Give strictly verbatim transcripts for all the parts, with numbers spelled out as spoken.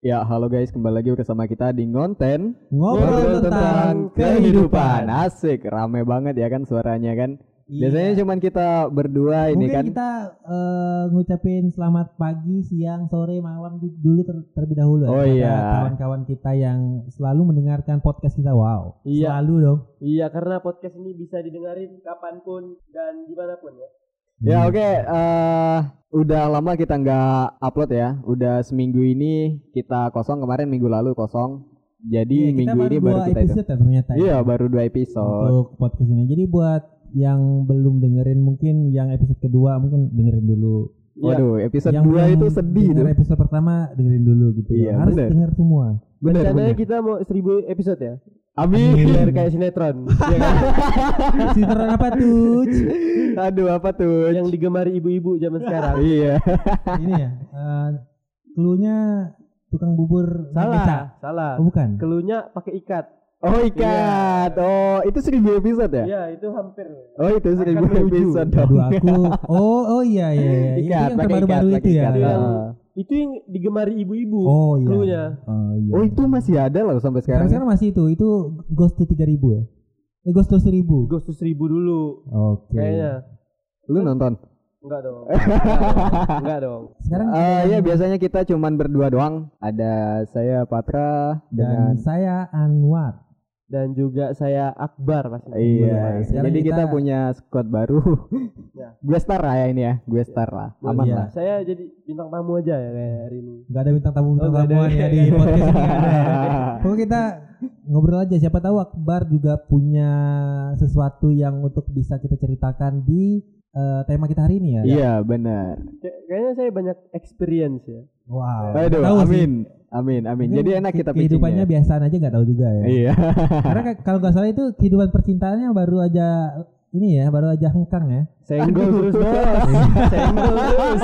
Ya, halo guys, kembali lagi bersama kita di Ngonten Ngobrol tentang kehidupan. Asik, rame banget ya kan suaranya kan. Iya. Biasanya cuman kita berdua ini Mungkin kan. kita uh, ngucapin selamat pagi, siang, sore, malam du- dulu ter- terlebih dahulu Oh, ya, kepada iya. kawan-kawan kita yang selalu mendengarkan podcast kita. Wow, Iya. selalu dong. Iya, karena podcast ini bisa didengarin kapanpun dan dimanapun ya. Ya oke, eh, udah lama kita nggak upload ya. Udah seminggu ini kita kosong, kemarin minggu lalu kosong. Jadi Iya, kita minggu ini baru dua kita itu. episode ya ternyata. Iya, ya, baru dua episode. untuk podcast ini. Jadi buat yang belum dengerin, mungkin yang episode kedua mungkin dengerin dulu. Waduh, episode yang dua belum itu sedih denger tuh. episode pertama dengerin dulu gitu. Iya, Harus bener. denger semua. Bener, Rencananya bener. kita mau seribu episode ya. Amin. Biar kayak sinetron. Ya kan? Sinetron apa tuh? Aduh, apa tuh? Yang digemari ibu-ibu zaman sekarang. Iya. Ini ya, uh, cluenya tukang bubur naik beca. Salah, salah. Oh, bukan. Kelunya pakai ikat. Oh ikat, oh itu seribu episode ya? Iya, itu hampir. Oh itu seribu Akan menuju. episode dong. Aduh aku. Oh oh iya iya. iya. Ini Ikat, yang pakai terbaru-baru ikat, itu pakai ya. ikat. Itu yang, Ah. itu yang digemari ibu-ibu. Oh iya. Cluenya. Oh iya. Oh itu masih ada loh sampai sekarang. Sekarang, sekarang masih itu. Itu Ghost to tiga ribu ya. Eh Ghost to seribu. Ghost to seribu dulu. Oke. Kayaknya. Lu nonton? Enggak dong. Enggak dong. Enggak dong. Sekarang Eh ada ya yang- biasanya kita cuman berdua doang. Ada saya Patra dengan dan saya Anwar. Dan juga saya Akbar pasti. iya. Sekarang Jadi kita, kita- punya squad baru. Ya. Gue star lah ya ini ya. Gue star lah. Aman iya. lah. Saya jadi bintang tamu aja ya kayak hari ini. Gak ada bintang tamu bintang Oh, nggak ada. tamuan ya di podcast ini nggak ada ya. Pokoknya kita ngobrol aja. Siapa tahu Akbar juga punya sesuatu yang untuk bisa kita ceritakan di eh, tema kita hari ini ya. Iya benar. Kay- Kayaknya saya banyak experience ya. Wow. Aduh, Tahu sih. amin. Amin, amin. Mungkin Jadi enak ke- kita kehidupannya pitchingnya. biasaan aja nggak tahu juga ya. Iya. Karena ka- kalau nggak salah itu kehidupan percintaannya baru aja ini ya, baru aja hengkang ya. Senggol terus bos. Senggol terus.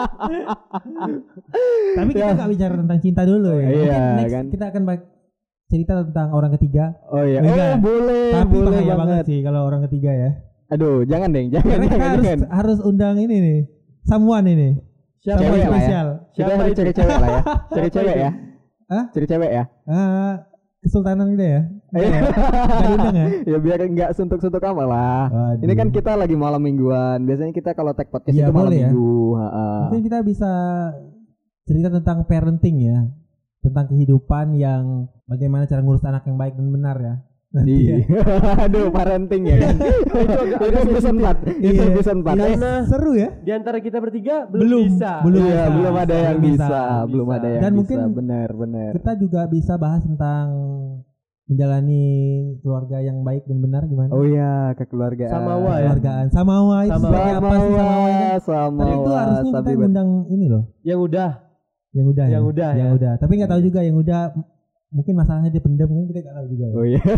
Tapi kita nggak bicara tentang cinta dulu ya. Mungkin Iya, next kan. kita akan bak- cerita tentang orang ketiga. Oh iya. Enggak. Oh boleh. Tapi boleh bahaya banget banget. sih kalau orang ketiga ya. Aduh, jangan deh, jangan, Karena kita jangan, harus jangan. harus undang ini nih, someone ini. Siapa Someone Cewek lah ya. spesial. Kita Siapa harus itu? cari cewek lah ya. Cari Siapa cewek itu? ya. Hah? Cari cewek ya. Ah, kesultanan gitu ya. Iya. Nggak diundang ya? Ya biar enggak suntuk-suntuk amat lah. Waduh. Ini kan kita lagi malam mingguan. Biasanya kita kalau tag podcast Iya, itu malam boleh ya. minggu. Ha-ha. Mungkin kita bisa cerita tentang parenting ya, tentang kehidupan yang bagaimana cara ngurus anak yang baik dan benar ya. Nanti Iya. ya. Aduh, parenting ya kan. Itu agak episode empat. Itu Iya. episode empat. Iya, Eh, seru ya. Di antara kita bertiga belum, Belum, bisa. belum. Iya, bisa. belum ada yang Belum bisa, bisa. belum ada yang Dan bisa. mungkin benar, benar. Kita juga bisa bahas tentang menjalani keluarga yang baik dan benar gimana? Oh iya, kekeluargaan. Samawa ya. Keluargaan Samawa itu Samawa. seperti apa sih Samawa ini? Samawa. Tapi itu harusnya kita Sabi bet- ngundang ini loh, Yang udah. yang udah, Yang ya? udah, yang ya. udah. Tapi nggak tahu juga yang udah m- mungkin masalahnya dipendam kan kita nggak tahu juga. Ya. Oh iya.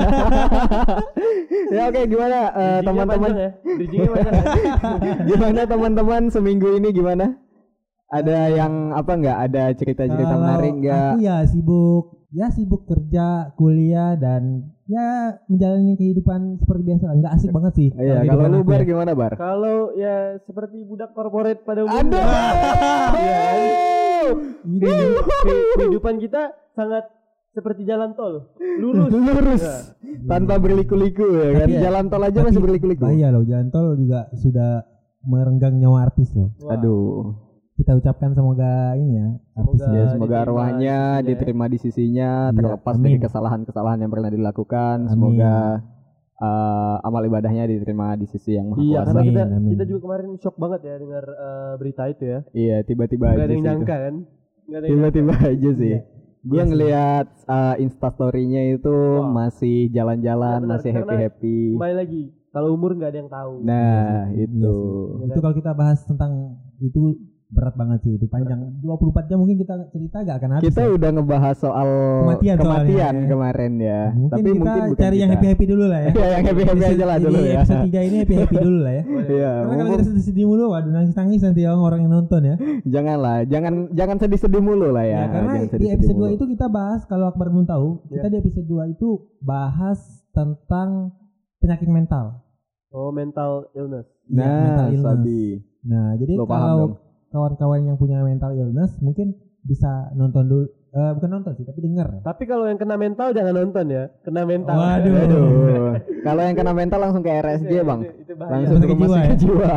Ya oke, gimana eh, Bridgingnya teman-teman? panjang ya. Bridgingnya panjang ya. Gimana teman-teman seminggu ini gimana? Ada yang apa enggak? Ada cerita-cerita Kalau menarik enggak? Aku ya sibuk, ya sibuk kerja, kuliah dan ya menjalani kehidupan seperti biasa. Nggak asik banget sih. Iya, kehidupan kalau lu aku Bar ya. gimana, Bar? Kalau ya seperti budak korporat pada umumnya. Aduh. Ya, Ini ke- kehidupan kita sangat seperti jalan tol. Lurus. Lurus. Ya. Tanpa berliku-liku ya kan? Tapi ya, Jalan tol aja tapi masih berliku-liku. bahaya loh, jalan tol juga sudah merenggang nyawa artis loh. Wah. Aduh. Kita ucapkan semoga ini ya artis Semoga Ya, ya. semoga diterima arwahnya di sisinya ya. diterima di sisinya, Iya, terlepas amin. dari kesalahan-kesalahan yang pernah dilakukan. Amin. Semoga eh, amal ibadahnya diterima di sisi yang maha Iya, kuasa. karena kita Amin, amin. kita juga kemarin shock banget ya dengar eh, berita itu ya. Iya, tiba-tiba Gak aja ada yang sih itu. nyangka kan? Gak ada yang Tiba-tiba aja sih. Iya. Gue Iya sih. ngelihat uh, instastory-nya itu Wah. masih jalan-jalan, Iya, benar, masih karena happy-happy. Kembali lagi, kalau umur nggak ada yang tahu. Nah, Iya itu. sih. Itu kalau kita bahas tentang itu berat banget sih, itu panjang dua puluh empat jam mungkin kita cerita gak akan habis. Kita ya. udah ngebahas soal Kematian soalnya, kematian ya. kemarin ya. Mungkin Tapi kita mungkin bukan cari yang kita. happy-happy dulu lah ya. Iya, yang happy-happy Di- aja lah di dulu ya. episode tiga ini happy-happy dulu lah ya. Iya, Karena kalau mumpung- kita sedih-sedih mulu, waduh nangis-nangis nanti orang orang yang nonton ya. janganlah, jangan jangan sedih-sedih mulu lah ya. Ya, karena Jangan di sedih-sedih episode dua mulu. itu kita bahas, kalau Akbar belum tahu, kita Ya. di episode dua itu bahas tentang penyakit mental. Oh, mental illness. Iya, Nah, mental illness. Sabi. Nah, jadi Lo paham kalau dong. kawan-kawan yang punya mental illness mungkin bisa nonton dulu Eh, bukan nonton sih, tapi denger. Tapi kalau yang kena mental jangan nonton ya. Kena mental. Waduh. Aduh. Kalau yang kena mental langsung ke R S J, Bang. Itu, itu bahaya. Langsung ke Sakit rumah jiwa, sakit ya? jiwa.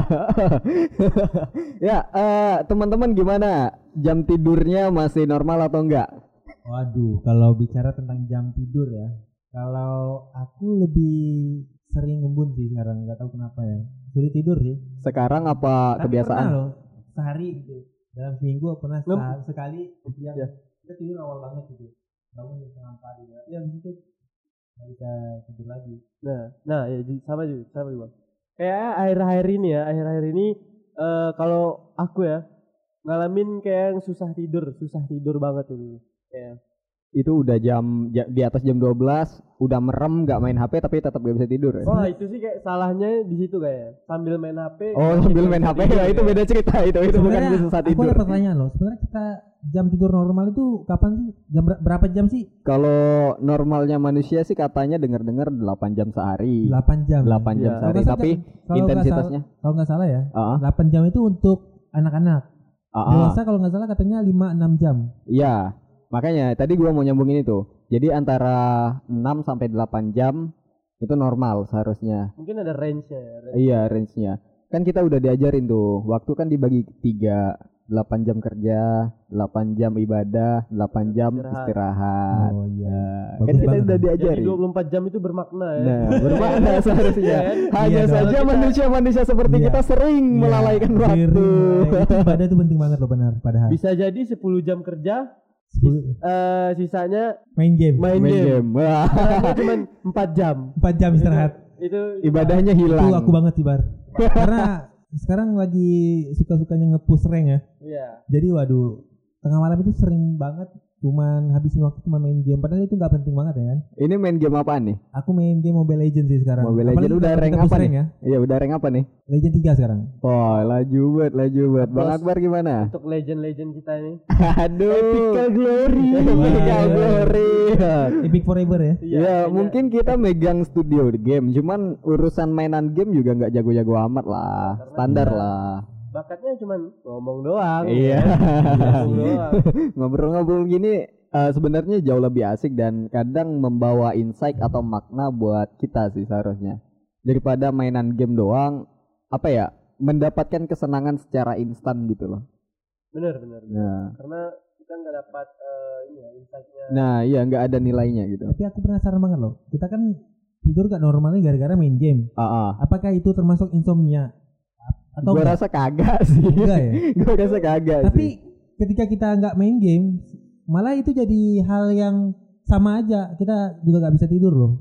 Ya, eh, teman-teman gimana? Jam tidurnya masih normal atau enggak? Waduh, kalau bicara tentang jam tidur ya, kalau aku lebih sering ngembun sih sekarang, nggak tahu kenapa ya. Sulit tidur sih. Sekarang apa Tapi kebiasaan? pernah loh, sehari gitu. Dalam seminggu pernah Ngem- sa- sekali yang Ya. kita tidur awal banget gitu. Bangun jam setengah empat gitu. Ya gitu. Nggak bisa tidur lagi. Nah, nah ya Ji, sama juga, sama juga. Kayak akhir-akhir ini ya, akhir-akhir ini eh, kalau aku ya ngalamin kayak yang susah tidur, susah tidur banget itu. Kayak Itu udah jam ja- di atas jam dua belas, udah merem nggak main H P tapi tetap gak bisa tidur ya? wah itu sih kayak salahnya di situ kayak sambil main H P. Oh, masih sambil bisa main H P tidur ya itu ya. beda cerita itu itu bukan Sebenarnya susah aku tidur. ada pertanyaan loh. Sebenarnya kita jam tidur normal itu kapan sih? Jam ber- berapa jam sih? Kalau normalnya manusia sih katanya dengar-dengar delapan jam sehari. delapan jam. delapan jam Ya. sehari, Kalau nggak tapi salah- kalau nggak intensitasnya salah- Kalau nggak salah ya, ah delapan jam itu untuk anak-anak. ah, ah. Dewasa kalau nggak salah katanya lima enam jam. Iya. Makanya tadi gua mau nyambungin itu. Jadi antara enam sampai delapan jam itu normal seharusnya. Mungkin ada range-nya ya. range. Iya, range-nya. Kan kita udah diajarin tuh, waktu kan dibagi tiga, delapan jam kerja, delapan jam ibadah, delapan jam Istirahat. istirahat. Oh iya. Nah, Bagus kan kita banget. udah Jadi diajarin. dua puluh empat jam itu bermakna ya. Nah, bermakna seharusnya. Iya kan? Hanya Iya dong. saja Kalau kita- manusia-manusia seperti Iya. kita sering Iya, melalaikan diri. waktu. Nah, itu ibadah itu penting banget loh benar padahal. Bisa jadi sepuluh jam kerja, Sepuluh- eh sisanya main game. main, Main game. game. Wah, Istilahnya cuma empat jam. empat jam istirahat. Itu ibadahnya hilang. Itu aku banget sih Bar. Karena sekarang lagi suka-sukanya nge-push rank ya. Iya. Jadi waduh, tengah malam itu sering banget cuman habisin waktu cuma main game. Padahal itu nggak penting banget ya kan. Ini main game apaan nih? Aku main game Mobile Legends sih sekarang. Mobile Apalagi Legends udah kalau rank kita apa push nih? rank ya. Iya, udah rank apa nih? Legend tiga sekarang. Oh, laju banget, laju banget. Bang Terus- Akbar gimana? Untuk legend-legend kita ini. Aduh. Epical Glory. Epical Wah. Glory. Epic forever ya. Iya, Ya, kayaknya- mungkin kita megang studio di game, cuman urusan mainan game juga nggak jago-jago amat lah, Karena standar kita- lah. bakatnya cuma ngomong doang. Iya. ya. Ngomong doang. Ngobrol-ngobrol gini eh, sebenarnya jauh lebih asik dan kadang membawa insight atau makna buat kita sih seharusnya. Daripada mainan game doang, apa ya, mendapatkan kesenangan secara instan gitu loh. Bener bener. Nah, Karena kita nggak dapat eh, ini ya insight-nya. nah iya nggak ada nilainya gitu. Tapi aku penasaran banget loh. Kita kan tidur gak normalnya gara-gara main game. Ah, ah. Apakah itu termasuk insomnia? Atau Gua enggak? rasa kagak sih. Enggak ya? Gua rasa kagak Tapi sih. ketika kita nggak main game, malah itu jadi hal yang sama aja. Kita juga nggak bisa tidur loh.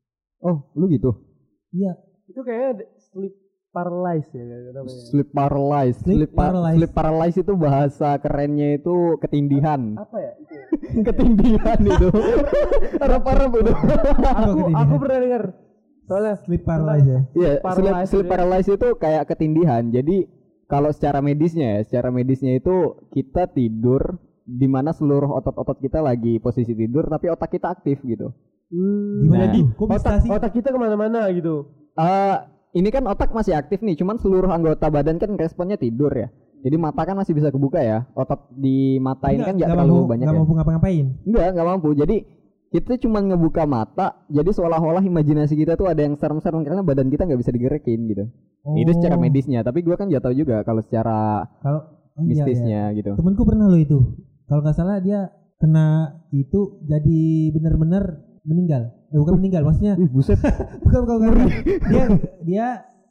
Oh, lu gitu. Iya. Itu kayaknya ada sleep paralysis ya kayak namanya. Sleep paralysis. Sleep Sleep, pa- paralysis. sleep paralysis itu bahasa kerennya itu ketindihan. Apa ya itu? Ketindihan itu. Arab-arab itu. aku ketindihan? aku pernah dengar. Soalnya Sleep paralysis ya. Iya, sleep, Paralysis sleep ya. paralysis itu kayak ketindihan. Jadi kalau secara medisnya ya, secara medisnya itu kita tidur di mana seluruh otot-otot kita lagi posisi tidur tapi otak kita aktif gitu. hmm, Gimana jadi tuh? Kok bisa otak sih? otak kita kemana-mana gitu. Eh ini kan otak masih aktif nih, cuman seluruh anggota badan kan responnya tidur ya. Jadi mata kan masih bisa kebuka ya. Otot di mata ini kan nggak terlalu mampu, banyak nggak ya. mampu ngapa-ngapain. Enggak, nggak mampu. Jadi kita cuma ngebuka mata, jadi seolah-olah imajinasi kita tuh ada yang serem-serem karena badan kita nggak bisa digerekin gitu. Itu secara Oh, medisnya, tapi gua kan nggak tahu juga kalau secara Kalau oh, iya, iya. mistisnya gitu. Temenku pernah loh itu. Kalau nggak salah dia kena itu jadi benar-benar meninggal. Eh, bukan meninggal, maksudnya Ih, buset. bukan bukan, bukan, bukan. Dia dia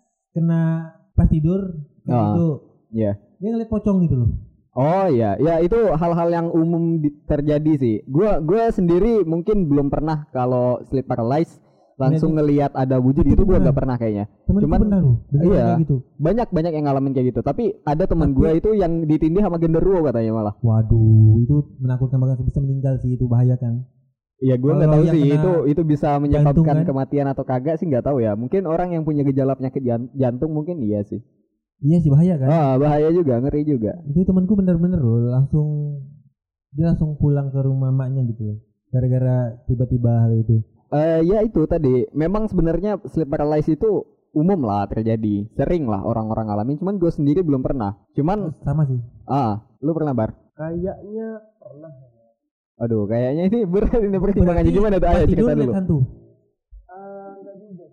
kena pas tidur Ah. itu Iya. dia ngeliat pocong gitu loh. Oh iya, ya itu hal-hal yang umum di- terjadi sih. Gua gua sendiri mungkin belum pernah kalau sleep paralysis langsung ngelihat ada wujud Itu itu gua beneran. nggak pernah kayaknya. Temenku Cuman- pernah loh dengar iya. kayak gitu. Banyak banyak yang ngalamin kayak gitu. Tapi ada teman Tapi- gua itu yang ditindih sama genderuwo katanya malah. Waduh, itu menakutkan banget, bisa meninggal sih, itu bahaya kan. Iya, gua nggak Kalau tahu yang sih kena itu itu bisa menyebabkan jantung kan? kematian atau kagak sih nggak tahu ya. Mungkin orang yang punya gejala penyakit jan- jantung mungkin iya sih. Iya sih bahaya kan. Ah, bahaya juga, ngeri juga. Itu temanku bener-bener loh langsung dia langsung pulang ke rumah maknya gitu loh. Gara-gara tiba-tiba hal itu. Eh ya itu tadi, memang sebenarnya sleep paralysis itu umum lah terjadi, sering lah orang-orang ngalamin. Cuman gue sendiri belum pernah. Cuman Sama sih. ah, lu pernah Bar? Kayaknya pernah. Aduh, kayaknya ini berat ini pertimbangannya Berarti gimana tuh? Ayo pas tidur cerita lihat dulu. hantu. Ah, enggak juga.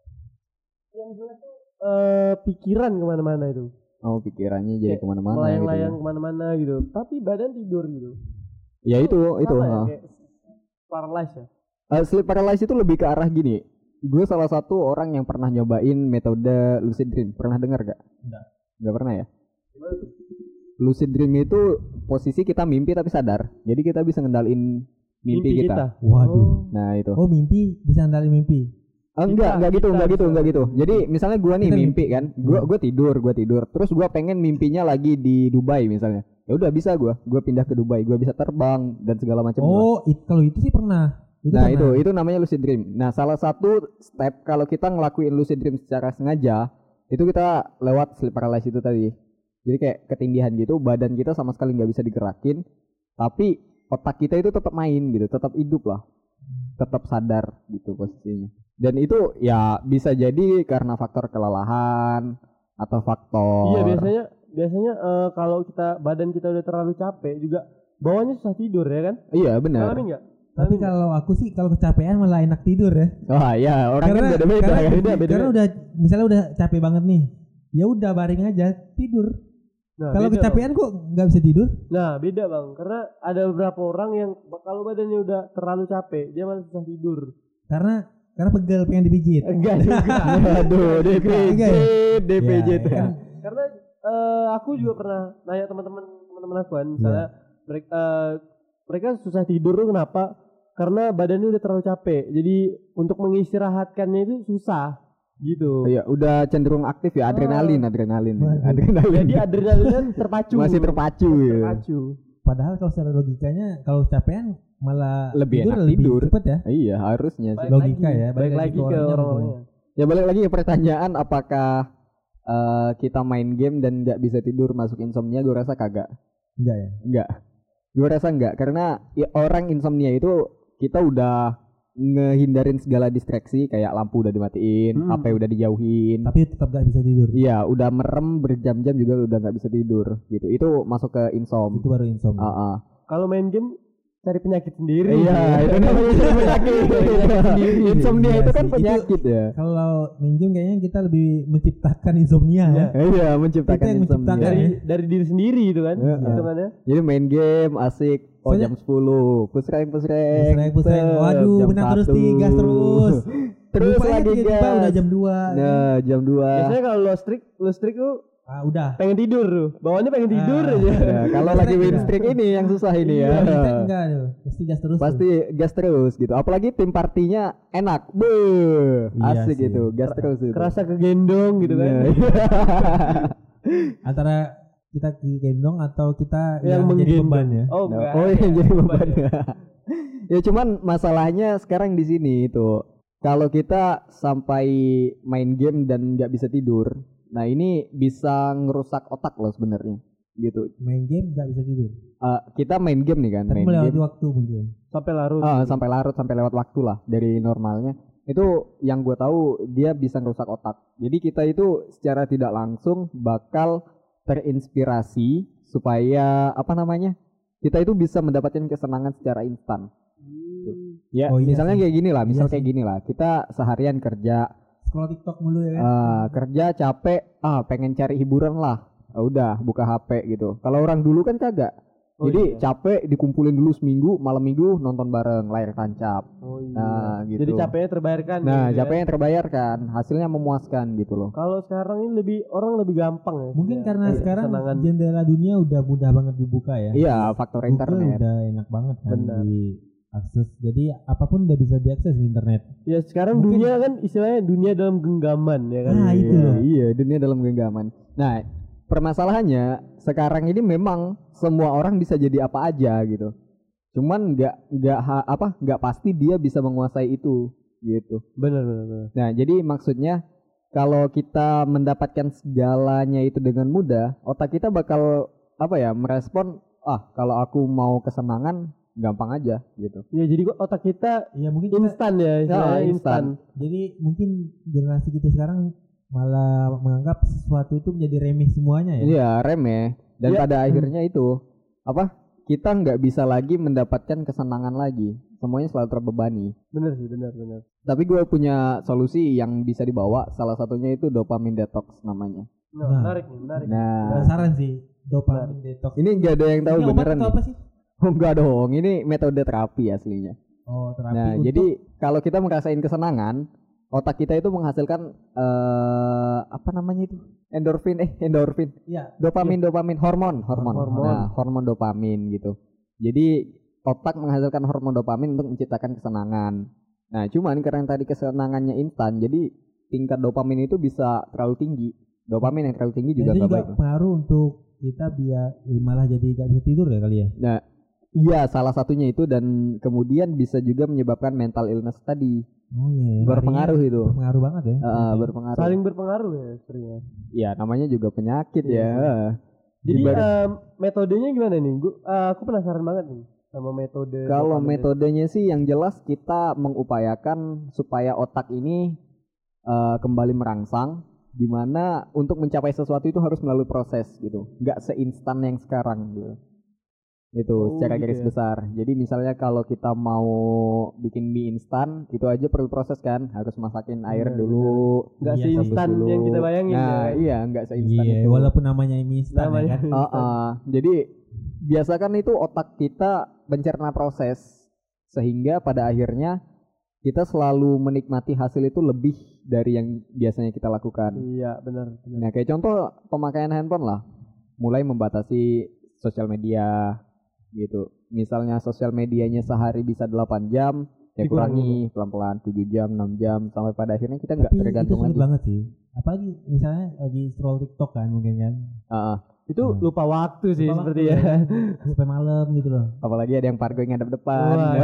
Yang jelas tuh eh pikiran kemana-mana itu. Oh, pikirannya jadi Kayak kemana-mana gitu. melayang-layang Ya. kemana-mana gitu. Tapi badan tidur gitu. Ya itu, itu. Sama ya, ha. kayak paralyzed ya. Uh, sleep paralysis itu lebih ke arah gini. Gue salah satu orang yang pernah nyobain metode lucid dream. Pernah dengar gak? Enggak. Gak pernah ya? Gimana tuh? Lucid dream itu posisi kita mimpi tapi sadar. Jadi kita bisa ngendalin mimpi, kita. Waduh. Nah itu. Oh mimpi bisa andalin mimpi. Oh, enggak, Kita- enggak gitu, kita enggak gitu, bisa enggak gitu. Jadi misalnya gua nih Kita mimpi mimpi. kan, gua Hmm. gua tidur, gua tidur. Terus gua pengen mimpinya lagi di Dubai misalnya. Ya udah bisa gua, gua pindah ke Dubai, gua bisa terbang dan segala macam. Oh it, kalau itu sih pernah. Itu Nah pernah. itu itu namanya lucid dream. Nah salah satu step kalau kita ngelakuin lucid dream secara sengaja itu kita lewat sleep paralysis itu tadi. Jadi kayak ketindihan gitu, badan kita sama sekali nggak bisa digerakin, tapi otak kita itu tetap main gitu, tetap hidup lah, tetap sadar gitu posisinya. Dan itu ya bisa jadi karena faktor kelelahan atau faktor. Iya biasanya biasanya eh, kalau kita badan kita udah terlalu capek juga bawaannya susah tidur ya kan? Iya benar. Ngalamin nggak? Tapi Ngalamin nggak? kalau aku sih kalau kecapean malah enak tidur ya. Wah ya orang kan beda-beda karena, kan. beda, beda. karena udah misalnya udah capek banget nih, ya udah baring aja tidur. Nah, Kalau beda, kecapean kok nggak bisa tidur? Bang. Nah beda bang, karena ada beberapa orang yang kalau badannya udah terlalu capek dia malah susah tidur. Karena karena pegel pengen dipijit. Enggak juga. Aduh D P J, Enggak ya? D P J Ya, tuh. kan. Karena eh, aku juga pernah nanya teman-teman teman-teman aku kan, misalnya mereka eh, mereka susah tidur tuh kenapa? Karena badannya udah terlalu capek. Jadi untuk mengistirahatkannya itu susah gitu. Iya, udah cenderung aktif ya, adrenalin, adrenalin. Waduh. Adrenalin. Jadi adrenalinnya terpacu. Masih terpacu gitu. Terpacu. Padahal kalau secara logikanya kalau kecapean malah Lebih tidur enak lebih tidur. cepet ya. Iya, harusnya sih. Balik Logika lagi, ya, balik balik lagi lagi ke ke orangnya orang-orangnya. Ya balik lagi ke pertanyaan apakah eh, kita main game dan nggak bisa tidur masuk insomnia? Gue rasa kagak. Enggak ya. Enggak. Gue rasa enggak karena ya, orang insomnia itu kita udah ngehindarin segala distraksi kayak lampu udah dimatiin, Hmm. H P udah dijauhin. Tapi tetap gak bisa tidur. Iya, udah merem berjam-jam juga udah nggak bisa tidur gitu. Itu masuk ke insom. Itu baru insomnia. Ah, ah. Kalau main game cari penyakit sendiri. Iya, itu namanya jadi penyakit. Insomnia Iya itu kan sih, itu- penyakit ya. Kalau minjem kayaknya kita lebih menciptakan insomnia ya. Iya, menciptakan Kita yang insomnia. menciptakan Dari ya. dari diri sendiri itu kan. Iya. Hitungannya. Jadi main game asik. Oh Soalnya- jam sepuluh, push rank, push rank. Pusreng, pusreng. Set, Waduh, jam menang terus satu. nih, gas terus. Terus Lupa ya, lagi tiba-tiba gas. udah jam dua. Nah, jam dua. Biasanya kalau lo streak, lo streak tuh Ah, udah. pengen tidur tuh. Bawaannya pengen tidur Ah. aja. Ya, kalau lagi win streak ini yang susah ini ya. Kalau kita enggak tuh. Pasti gas terus. Pasti gas terus gitu. Apalagi tim partinya enak. Beuh, Iya asik sih. gitu. Gas terus itu. Kerasa kegendong gitu kan. Nah, tuh. Antara kita gendong atau kita Yang yang, jadi menggendong. beban ya. Oh, Nah, enggak. oh iya jadi beban. ya. Ya cuman masalahnya sekarang di sini itu kalau kita sampai main game dan nggak bisa tidur, nah ini bisa ngerusak otak loh sebenarnya gitu. Main game enggak bisa tidur. Eh, kita main game nih kan, Tapi main melewati game waktu mungkin. Sampai larut. ah, sampai larut sampai lewat waktu lah dari normalnya. Itu yang gue tahu dia bisa ngerusak otak. Jadi kita itu secara tidak langsung bakal terinspirasi supaya apa namanya? Kita itu bisa mendapatkan kesenangan secara instan. Hmm. Ya, Oh iya misalnya sih. kayak gini lah, misal Iya kayak sih. gini lah. Kita seharian kerja, Scroll TikTok mulu ya kan. eh, kerja capek, ah pengen cari hiburan lah. Ah, udah buka H P gitu. Kalau orang dulu kan kagak. Oh Jadi iya. capek dikumpulin dulu seminggu, malam minggu nonton bareng layar tancap. Oh iya. Nah, gitu. Jadi capeknya terbayarkan. Nah, gitu ya. capeknya terbayarkan, hasilnya memuaskan gitu loh. Kalau sekarang ini lebih orang lebih gampang ya. Mungkin Ya, karena kayak sekarang kesenangan. jendela dunia udah mudah banget dibuka ya. Iya, faktor Google internet. udah enak banget kan Benar. diakses. Jadi apapun udah bisa diakses di internet. Ya sekarang Mungkin- dunia kan istilahnya dunia dalam genggaman ya kan. Ah, itu Iya, loh. iya, dunia dalam genggaman. Nah, permasalahannya sekarang ini memang semua orang bisa jadi apa aja gitu. Cuman nggak nggak ha- apa nggak pasti dia bisa menguasai itu gitu. Benar benar benar. Nah, jadi maksudnya kalau kita mendapatkan segalanya itu dengan mudah, otak kita bakal apa ya merespon ah kalau aku mau kesenangan gampang aja gitu. Ya jadi kok otak kita Ya mungkin kita- instan ya, istilahnya Ya, instan. jadi mungkin generasi kita sekarang malah menganggap sesuatu itu menjadi remeh semuanya ya. Iya, remeh dan Ya. pada akhirnya itu apa kita nggak bisa lagi mendapatkan kesenangan lagi. Semuanya selalu terbebani. Bener sih, bener bener. Tapi gue punya solusi yang bisa dibawa. Salah satunya itu dopamine detox namanya. Nah, Nah. menarik nih, menarik. Nah, Penasaran sih dopamine detox. ini nggak ada yang tahu Ini obat beneran atau nih. apa sih? Oh enggak dong, ini metode terapi aslinya. Oh, terapi Nah, untuk jadi kalau kita merasain kesenangan, otak kita itu menghasilkan eh apa namanya itu? Endorfin eh endorfin. ya Dopamin, dopamin, hormon, hormon. Hormon. Nah, hormon dopamin gitu. Jadi otak menghasilkan hormon dopamin untuk menciptakan kesenangan. Nah, cuman karena tadi kesenangannya instan, jadi tingkat dopamin itu bisa terlalu tinggi. Dopamin yang terlalu tinggi juga Jadi nggak juga baik. pengaruh untuk kita biar malah jadi gak bisa tidur ya kali ya. Nah, iya salah satunya itu dan kemudian bisa juga menyebabkan mental illness tadi. Oh iya. Berpengaruh larinya itu. Berpengaruh banget ya. Eh, berpengaruh. Saling berpengaruh ya sebenarnya. Ya, namanya juga penyakit Iya ya. Jadi Ibarat- em, metodenya gimana nih? Gua, eh, aku penasaran banget nih sama metode. Kalau dopamine. metodenya sih yang jelas kita mengupayakan supaya otak ini eh, kembali merangsang, di mana untuk mencapai sesuatu itu harus melalui proses gitu, nggak seinstan yang sekarang gitu. Itu Oh, secara gitu garis ya. besar. Jadi misalnya kalau kita mau bikin mie instan, itu aja perlu proses kan, harus masakin air Benar, dulu, Nggak Iya, seinstan rebus dulu. yang kita bayangin Nah, ya. iya nggak seinstan Iya, itu. walaupun namanya mie instan ya Namanya kan. instan. Heeh. Jadi biasakan itu otak kita mencerna proses sehingga pada akhirnya kita selalu menikmati hasil itu lebih dari yang biasanya kita lakukan. Iya, benar. benar. Nah, kayak contoh pemakaian handphone lah. Mulai membatasi sosial media gitu. Misalnya sosial medianya sehari bisa delapan jam, ya kurangi pelan-pelan tujuh jam, enam jam sampai pada akhirnya kita nggak Tapi itu tergantung sulit lagi. banget sih. Apalagi misalnya lagi scroll TikTok kan mungkin kan. Heeh. Itu Hmm. lupa waktu sih Lupa seperti waktu ya. Sampai malam gitu loh. Apalagi ada yang pargo yang ngadep depan. Wah.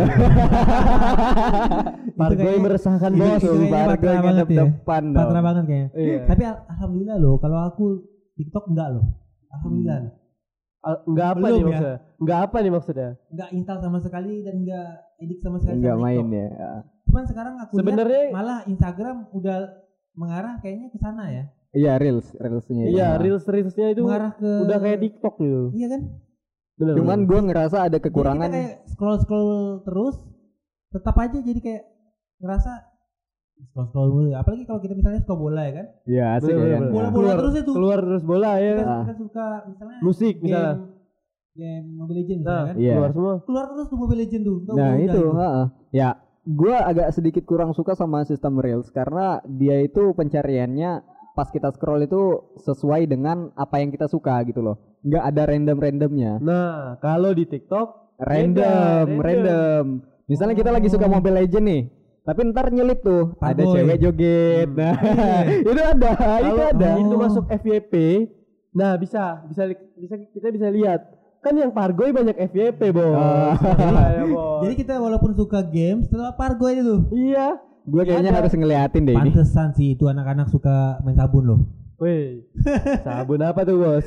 Pargo yang kayaknya- meresahkan itu- bos. itu kayaknya Pargo patra yang banget ngadep ya. depan dong. Patra banget kayaknya. Iya. Tapi al- alhamdulillah loh kalau aku TikTok enggak loh. Alhamdulillah. Al- Enggak apa Belum nih ya? maksudnya? Enggak apa nih maksudnya? Enggak install sama sekali dan enggak edit sama sekali Enggak sama main TikTok. ya. Cuman sekarang aku lihat Sebenarnya malah Instagram udah mengarah kayaknya ke sana ya. Iya, reels, reelsnya. itu. iya, Nah. reels reelsnya itu Mengarah ke udah kayak TikTok gitu. Iya kan? Bener, Cuman bener. gue ngerasa ada Jadi kekurangan. kita kayak scroll-scroll terus tetap aja jadi kayak ngerasa scroll-scroll mulu. Apalagi kalau kita misalnya suka bola ya kan? Iya, asik Bener, ya. bener, kan? bener. Bola-bola Keluar- terus itu. keluar terus bola ya. Kita, Ah. kita suka misalnya Musik game, misalnya. game Mobile Legends Nah, kan? Iya. keluar semua. Keluar terus tuh Mobile Legends tuh. Tahu Nah udah itu, heeh. Ya, gue agak sedikit kurang suka sama sistem reels karena dia itu pencariannya pas kita scroll itu sesuai dengan apa yang kita suka gitu loh. Nggak ada random-randomnya. Nah, kalau di TikTok Random, beda, random. Misalnya kita lagi suka Oh. Mobile Legend nih, tapi ntar nyelip tuh ada Parboy. cewek joget. Hmm. Nah, Iya. itu ada, itu Kalau ada. itu Oh. masuk F Y P, nah bisa bisa bisa kita bisa lihat kan yang Pargoy banyak F Y P bos. Oh. Iya, bos. Jadi kita walaupun suka game setelah Pargo itu tuh. Iya. Gue kayaknya Ada. harus ngeliatin deh ini. Pantesan sih itu anak-anak suka main sabun loh. Wih, sabun apa tuh bos?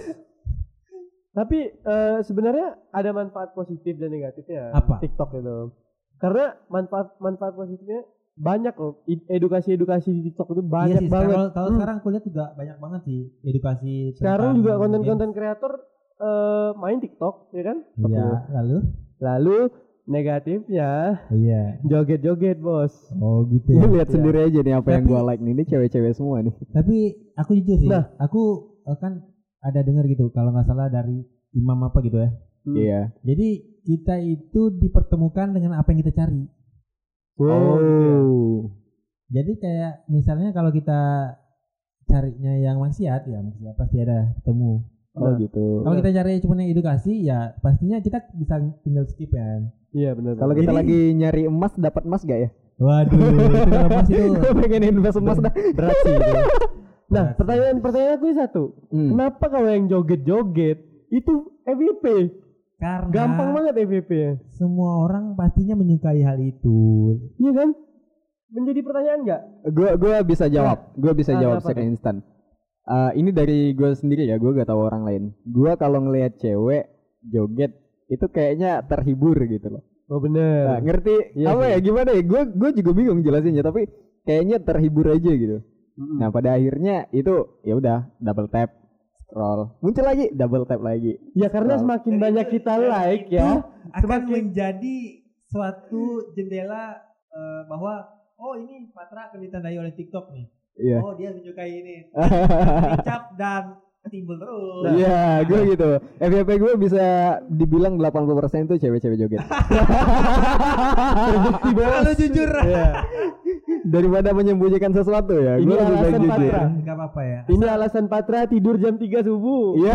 Tapi eh, sebenarnya ada manfaat positif dan negatifnya Apa? TikTok itu. Karena manfaat manfaat positifnya banyak loh. I- Edukasi-edukasi di TikTok itu banyak iya sih, banget. Kalau, kalau Hmm. sekarang aku lihat juga banyak banget sih edukasi. Sekarang tentang juga game. konten-konten kreator eh, main TikTok, ya kan? Iya, lalu? Lalu negatifnya Iya. joget-joget bos. Oh gitu Lu ya. lihat Iya. sendiri aja nih apa yang Tapi- gue like nih, ini cewek-cewek semua nih. Tapi aku jujur sih, Nah. aku eh, kan ada dengar gitu kalau nggak salah dari imam apa gitu ya. Hmm. Iya. Jadi kita itu dipertemukan dengan apa yang kita cari. Wow, gitu ya. Jadi kayak misalnya kalau kita carinya yang maksiat ya maksiat pasti ada ketemu. Oh Nah. gitu. Kalau kita cari cuma yang edukasi ya pastinya kita bisa tinggal skip kan. Iya benar. Kalau kita Jadi- lagi nyari emas, dapat emas gak ya? Waduh, itu kalau pas itu Gue pengen invest emas dah. berat sih itu. Nah, Berat. pertanyaan pertanyaan aku satu. Hmm. Kenapa kalau yang joget-joget itu F Y P? karena Gampang banget F Y P ya. semua orang pastinya menyukai hal itu. Iya kan? Menjadi pertanyaan enggak? Gue gue bisa jawab. Gue bisa Ah, jawab kenapa secara tuh? instan. Eh, ini dari gue sendiri ya. Gue gak tahu orang lain. Gue kalau ngelihat cewek joget itu kayaknya terhibur gitu loh. Oh bener. Nah, ngerti Iya apa sih. ya gimana ya? Gue gue juga bingung jelasinnya. Tapi kayaknya terhibur aja gitu. Mm-mm. Nah pada akhirnya itu ya udah double tap, scroll, muncul lagi, double tap lagi. Ya karena Scroll. semakin banyak kita like itu ya, akan semakin menjadi suatu jendela eh, bahwa oh ini Patra akan ditandai oleh TikTok nih. Iya. Oh dia menyukai ini. Dicap dan timbul terus. Iya, gue gitu. F Y P gue bisa dibilang delapan puluh persen itu cewek-cewek joget. terbukti bos. Kalau jujur. Iya. Daripada menyembunyikan sesuatu ya, Ini gue lebih baik alasan jujur. Patra. Enggak apa-apa ya. Ini alasan Patra tidur jam tiga subuh. Iya.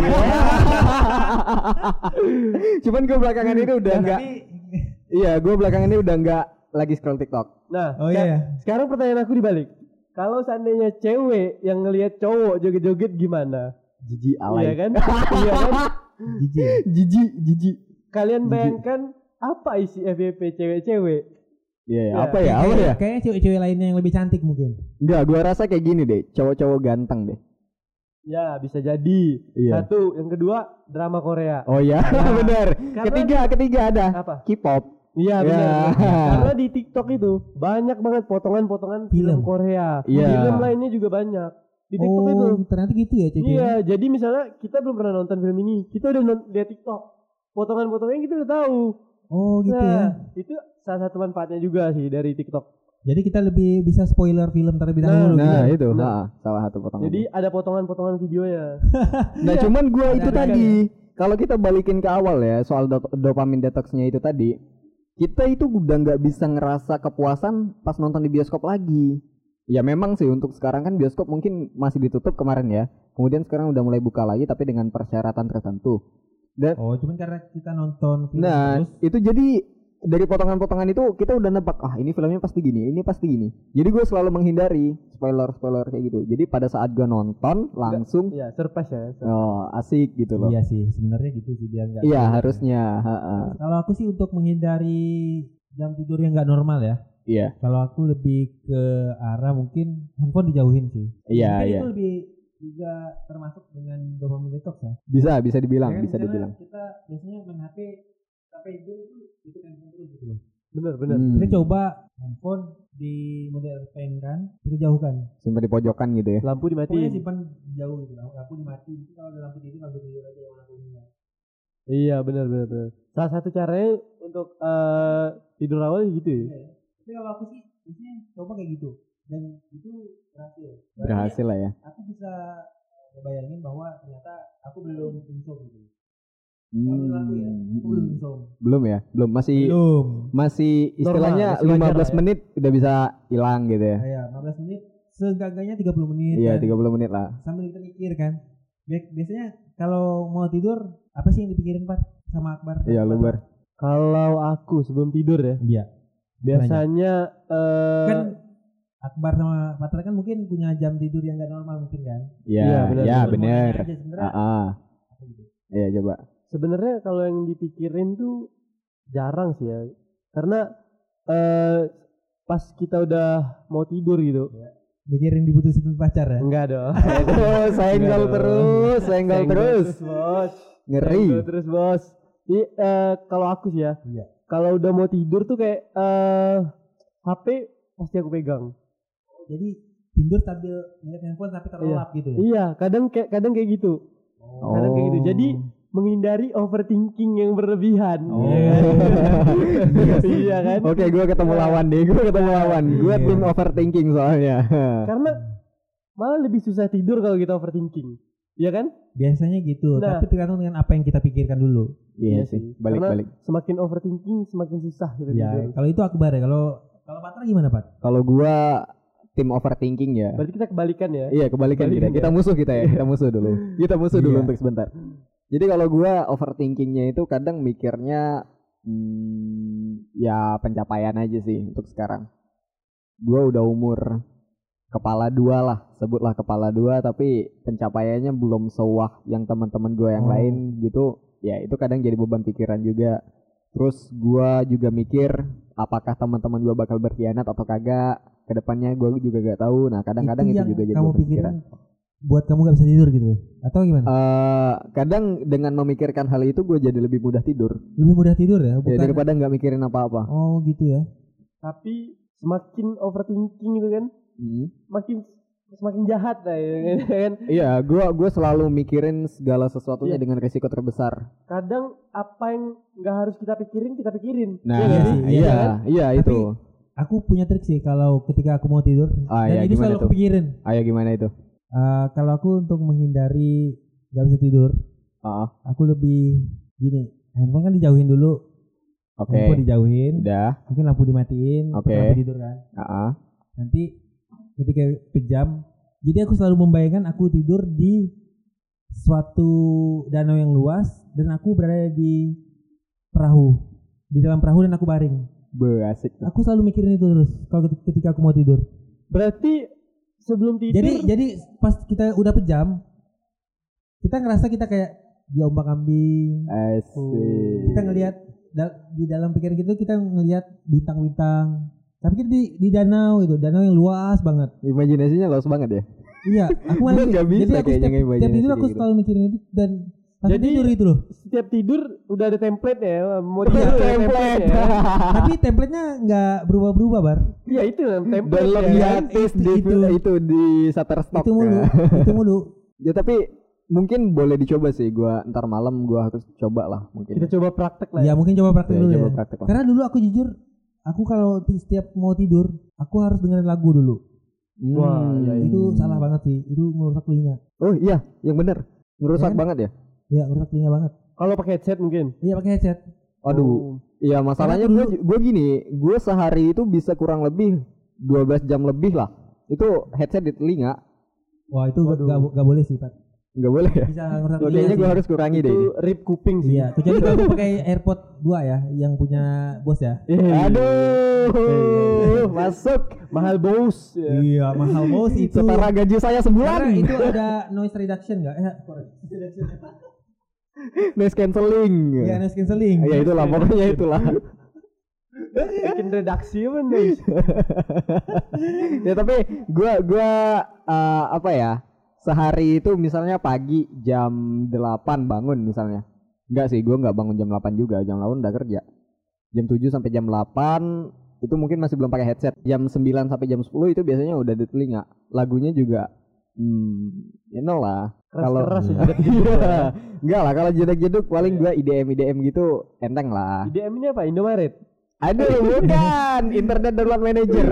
Cuman gue belakangan ini udah Ya, enggak. tapi- Iya, gue belakangan ini udah enggak lagi scroll TikTok. Nah, Oh iya ya. sekarang pertanyaan aku dibalik. Kalau seandainya cewek yang ngelihat cowok joget-joget gimana? Jijik alay. Iya kan? Iya kan? Jijik. Jijik, jijik. Kalian Jijik. bayangkan apa isi F Y P cewek-cewek? Iya, ya, Ya. apa ya? Apa ya? Kayaknya cewek-cewek lainnya yang lebih cantik mungkin. Enggak, gue rasa kayak gini deh. Cowok-cowok ganteng deh. Ya, bisa jadi. Iya. Satu, yang kedua drama Korea. Oh iya, benar. Ketiga, ketiga ada Apa? K-pop. Iya Ya. benar. Karena di TikTok itu banyak banget potongan-potongan film, Film. Korea. Iya. Film lainnya juga banyak. Di TikTok Oh, itu. ternyata gitu ya cewek. Iya, jadi misalnya kita belum pernah nonton film ini, kita udah non- lihat TikTok. Potongan-potongannya kita udah tahu. Oh gitu ya. Nah, itu salah satu manfaatnya juga sih dari TikTok. Jadi kita lebih bisa spoiler film terlebih Nah, dahulu. Nah, gitu. itu, Nah. ha, salah satu potongan. Jadi ada potongan-potongan videonya. Nah, Iya. cuman gua Ada itu ada tadi, kalau kita balikin ke awal ya soal do- dopamin detoxnya itu tadi, kita itu udah nggak bisa ngerasa kepuasan pas nonton di bioskop lagi. Ya memang sih untuk sekarang kan bioskop mungkin masih ditutup kemarin ya. Kemudian sekarang udah mulai buka lagi tapi dengan persyaratan tertentu. Dan Oh, cuman karena kita nonton film nah, terus. itu jadi dari potongan-potongan itu kita udah nebak, ah ini filmnya pasti gini, ini pasti gini. Jadi gue selalu menghindari spoiler-spoiler kayak gitu. Jadi pada saat gue nonton langsung Iya, surprise ya. oh, asik gitu loh. Iya sih, sebenarnya gitu sih biar enggak. Iya harusnya. ha-ha. Kalau aku sih untuk menghindari jam tidur yang nggak normal ya. Iya, Kalau aku lebih ke arah mungkin handphone dijauhin sih. iya, Mungkin iya. itu lebih juga termasuk dengan dopamine detox ya. Bisa, bisa dibilang, Ya kan, bisa misalnya dibilang. Kita biasanya main H P sampai jam itu itu handphone terus gitu loh. Benar, benar. Hmm, Kita coba handphone di mode airplane kan, kita jauhkan. simpan di pojokan gitu ya. Lampu Pokoknya dimatiin. simpan jauh gitu, lampu dimatiin. Itu kalau ada lampu tidur, lampu tidur aja yang lampu tidur. Iya, benar, benar, benar. Salah satu caranya untuk eh, tidur awal gitu ya. Iya. Tapi kalau aku sih biasanya coba kayak gitu dan itu berhasil. Berarti Berhasil lah ya. Aku bisa bayangin bahwa ternyata aku belum insomnia gitu. Hmm, Kalau menurut aku ya, aku belum insomnia. belum ya, belum masih Belum. masih istilahnya masih wajar lima belas lah ya. menit udah bisa hilang gitu ya. Kayak lima belas menit, seenggaknya tiga puluh menit. Iya, kan. tiga puluh menit lah. Sambil kita mikir kan. Bi- Biasanya kalau mau tidur apa sih yang dipikirin Pak sama Akbar? Iya, lu bar. Kalau aku sebelum tidur ya, Iya. biasanya eh Kan Akbar sama Patra kan mungkin punya jam tidur yang gak normal mungkin kan. Iya, Iya, benar, iya benar. bener. Aja sebenarnya. Ah, ah. apa gitu. Iya coba. sebenarnya kalau yang dipikirin tuh jarang sih ya. Karena eh pas kita udah mau tidur gitu. Mikirin diputusin pacar ya. Enggak dong. Oh, senggol Enggak terus, senggol Senggol terus. bos. Ngeri. Senggol terus, Bos. Jadi eh, kalau aku sih ya, Iya. kalau udah mau tidur tuh kayak eh H P pasti aku pegang. Jadi tidur sambil ngeliat handphone tapi terlelap gitu ya. Iya, kadang kayak kadang kayak gitu. Oh. Kadang kayak gitu. Jadi menghindari overthinking yang berlebihan. Oh. Iya kan? Iya kan? Oke, gue ketemu lawan deh. Gue ketemu lawan. Gue Iya. tim overthinking soalnya. Karena malah lebih susah tidur kalau kita overthinking. Iya kan? Biasanya gitu, Nah. tapi tergantung dengan apa yang kita pikirkan dulu. Iya sih. Karena Balik-balik. semakin overthinking semakin susah kita Ya, tidur. kalau itu Akbar ya. Kalau kalau Patra gimana, Pak? Kalau gue tim overthinking ya. Berarti kita kebalikan ya. Iya kebalikan kita. Kebalikan Kita ya. musuh kita ya. Kita musuh dulu. Kita musuh dulu Iya. untuk sebentar. Jadi kalau gua overthinkingnya itu kadang mikirnya hmm, ya pencapaian aja sih untuk sekarang. Gua udah umur kepala dua lah, sebutlah kepala dua, tapi pencapaiannya belum sewah yang teman-teman gua yang Oh. lain gitu. Ya itu kadang jadi beban pikiran juga. Terus gua juga mikir apakah teman-teman gua bakal berkhianat atau kagak. Kedepannya gua juga gak tahu. Nah kadang-kadang itu, yang juga jadi kamu beban pikirin pikiran. buat kamu gak bisa tidur gitu atau gimana? Eh, kadang dengan memikirkan hal itu gue jadi lebih mudah tidur Lebih mudah tidur ya, ya, bukan? daripada nggak mikirin apa-apa. Oh gitu ya. Tapi semakin overthinking gitu kan, Hmm. makin semakin jahat lah ya kan. Iya, gua gua selalu mikirin segala sesuatunya Iya. dengan risiko terbesar. Kadang apa yang nggak harus kita pikirin kita pikirin. Nah, Iya sih, iya, iya iya, iya Tapi itu. aku punya trik sih kalau ketika aku mau tidur Ah, dan iya, itu gimana selalu tuh? kepikirin. Ayo gimana itu? Uh, kalau aku untuk menghindari nggak bisa tidur, Ah, aku lebih gini, handphone kan dijauhin dulu, oke. handphone dijauhin, Udah. mungkin lampu dimatiin, Oke. lampu tidur kan. Heeh. Nanti ketika pejam, jadi aku selalu membayangkan aku tidur di suatu danau yang luas dan aku berada di perahu, di dalam perahu dan aku baring. Be, asik tuh. Aku selalu mikirin itu terus kalau ketika- ketika aku mau tidur. Berarti sebelum tidur Jadi jadi pas kita udah pejam, kita ngerasa kita kayak diombang-ambing. Asik. Kita ngelihat da- di dalam pikiran kita kita ngelihat bintang-bintang. Tapi kita di di danau itu, danau yang luas banget. Imajinasinya luas banget ya. Iya, aku malah Gua nggak bisa jadi aku kayaknya setiap, ngeimajinasi setiap tidur kayak aku gitu. selalu mikirin itu dan langsung Jadi- tidur itu loh. setiap tidur udah ada template ya, mau Udah tidur ada template. ya. Tapi template-nya nggak berubah-berubah, Bar. Iya itu template Download ya, kan? gratis Itu- di itu. itu di Shutterstock. Itu mulu, ya. itu mulu. Ya tapi mungkin boleh dicoba sih. Gua ntar malam gua harus coba lah mungkin. Kita coba praktek lah. Ya mungkin coba praktek Ya, dulu coba ya. praktek lah. Karena dulu aku jujur, aku kalau ti- setiap mau tidur, aku harus dengerin lagu dulu. Wah, Hmm. ya, Itu salah banget sih. Itu merusak telinga. Oh iya, yang bener. Ngerusak Ya kan? banget ya. Ya, merusak telinga banget. Kalau pakai headset mungkin. Iya, pakai headset. Aduh. Oh. Iya masalahnya Karena gue gue gini, gue sehari itu bisa kurang lebih dua belas jam lebih lah. Itu headset di telinga. Wah, itu Waduh. gak, gak boleh sih, Pak. Nggak boleh ya. Bisa ngerusak Oh, telinga kayaknya gue sih. harus kurangi deh ini. Itu rip kuping sih. Iya, kecuali kalau aku pakai AirPod dua ya, yang punya bos ya. Aduh, masuk. Mahal bos. Ya. Iya, mahal bos itu. Setara gaji saya Karena sebulan. itu ada noise reduction enggak? Eh, Noise cancelling. Iya, noise cancelling. Ya itulah pokoknya itulah. Bikin redaksi apa nih? Ya tapi gue gua uh, apa ya? Sehari itu misalnya pagi jam delapan bangun misalnya. Enggak sih, gue nggak bangun jam delapan juga. Jam delapan udah kerja. Jam tujuh sampai jam delapan itu mungkin masih belum pakai headset. Jam sembilan sampai jam sepuluh itu biasanya udah di telinga. Lagunya juga hmm, you know lah. Kalau Keras-keras ya, jeduk-jeduk lah ya. enggak lah, kalau jeduk-jeduk paling gue I D M I D M gitu enteng lah. I D M ini apa? Indomaret. Aduh, bukan. Internet Download Manager.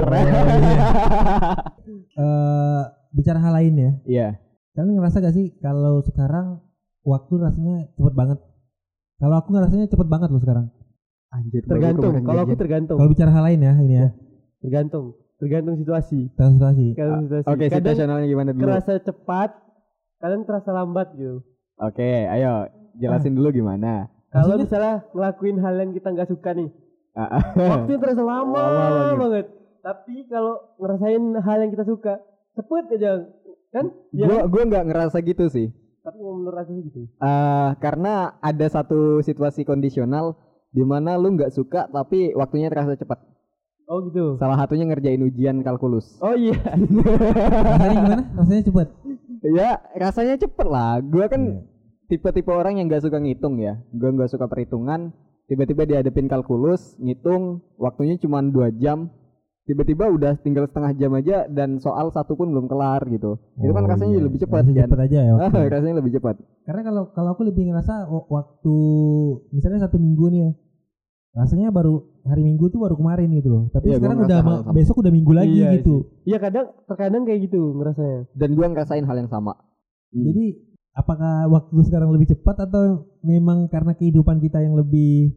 Eh, bicara hal lain ya. Iya. Kalian ngerasa gak sih kalau sekarang waktu rasanya cepet banget? Kalau aku ngerasanya cepet banget loh sekarang. Anjir, Tergantung. baru kemarin Kalau aku gajian. tergantung. Kalau bicara hal lain ya ini ya. Tergantung. Tergantung situasi. Kita situasi. Kalau situasi. Oke, Kadang situasionalnya gimana dulu? kerasa cepat, kadang terasa lambat gitu. Oke, ayo jelasin dulu gimana. Kalau Maksudnya? misalnya ngelakuin hal yang kita nggak suka nih, Ah, ah. waktunya terasa lama, Lama banget. banget. Tapi kalau ngerasain hal yang kita suka, cepet aja, kan? Ya, Gua kan? gua nggak ngerasa gitu sih. Tapi menurut aku sih gitu. Eh karena ada satu situasi kondisional di mana lu nggak suka tapi waktunya terasa cepat. Oh gitu. Salah satunya ngerjain ujian kalkulus. Oh iya. Rasanya gimana? Rasanya cepet. Ya rasanya cepet lah. Gua kan Iya. tipe-tipe orang yang nggak suka ngitung ya. Gua nggak suka perhitungan. Tiba-tiba dihadapin kalkulus, ngitung, waktunya cuma dua jam. Tiba-tiba udah tinggal setengah jam aja dan soal satu pun belum kelar gitu. Itu kan Oh, rasanya iya. lebih cepat Rasanya kan. cepet aja ya Ah, waktu. rasanya lebih cepat. Karena kalau kalau aku lebih ngerasa w- waktu misalnya satu minggu nih ya, rasanya baru hari Minggu tuh baru kemarin gitu loh. Tapi Iya, gua sekarang ngerasa udah hal ma- yang sama. besok udah minggu lagi Iya gitu. sih. Iya kadang terkadang kayak gitu ngerasanya. Dan gua ngerasain hal yang sama. Hmm. Jadi apakah waktu sekarang lebih cepat atau memang karena kehidupan kita yang lebih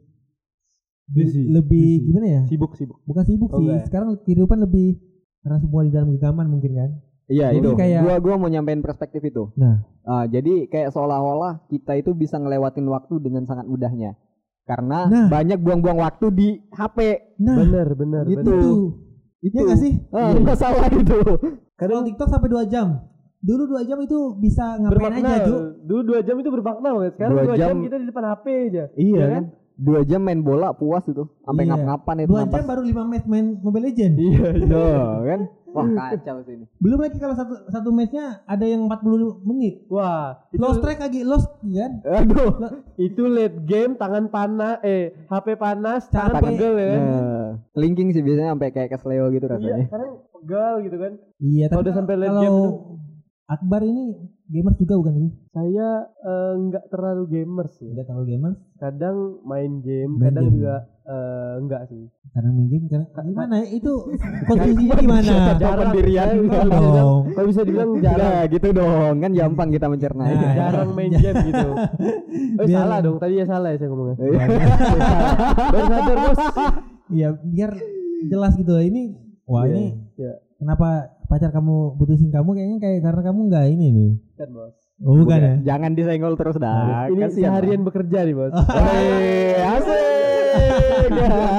Busy, lebih busy. gimana ya? Sibuk sibuk. Bukan sibuk Oh, sih. enggak ya? Sekarang kehidupan lebih karena semua di dalam genggaman mungkin kan. Iya Jadi itu. kayak- Gua gua mau nyampein perspektif itu. Nah, Ah, jadi kayak seolah-olah kita itu bisa ngelewatin waktu dengan sangat mudahnya. Karena Nah. banyak buang-buang waktu di H P. nah Bener bener. Gitu. bener. itu. Itu Iya nggak sih? Ah, Iya. masalah itu. Scroll TikTok sampai dua jam. Dulu dua jam itu bisa ngapain Bermakna. aja, Ju? Dulu dua jam itu bermakna banget. Sekarang Dua dua jam, jam- kita di depan H P aja. Iya Iya kan? Dua jam main bola puas itu. Sampai Iya. ngap-ngapan itu. Dua nampak. jam baru lima match main Mobile Legend. Iya. Tuh, kan? Wah, kacau sih ini. Belum lagi kalau satu satu matchnya ada yang empat puluh menit. Wah, itu Lost track lagi, lost kan? Aduh. itu late game tangan panas eh H P panas, tangan Capek. pegel ya kan. Nah, linking sih biasanya sampai kayak kesleo gitu Iya, rasanya. sekarang pegal gitu kan. Iya, Kalau tapi udah sampai late kalau game tuh. Akbar ini gamers juga bukan sih? Saya eh, nggak terlalu gamers sih. Enggak terlalu gamers. Kadang main game, Main kadang game. juga eh, enggak sih. Karena main game karena gimana ya? Itu konsumsinya gimana? Jarang pendirian Saya Enggak kalau bisa dibilang- dong. Kalau bisa dibilang jarang. Nah, gitu dong. Kan gampang kita mencerna. Nah, Jarang main game gitu. Oh Biar- salah dong, tadi ya salah ya saya ngomongnya. Iya. Baru sadar bos. Iya, biar jelas gitu. Ini wah Iya, ini iya. kenapa pacar kamu putusin kamu kayaknya kayak karena kamu enggak ini nih. Kan bos. Oh, bukan ya? Jangan disenggol terus dah. Ini Kasihan, seharian Bang. bekerja nih bos. Hei, asik.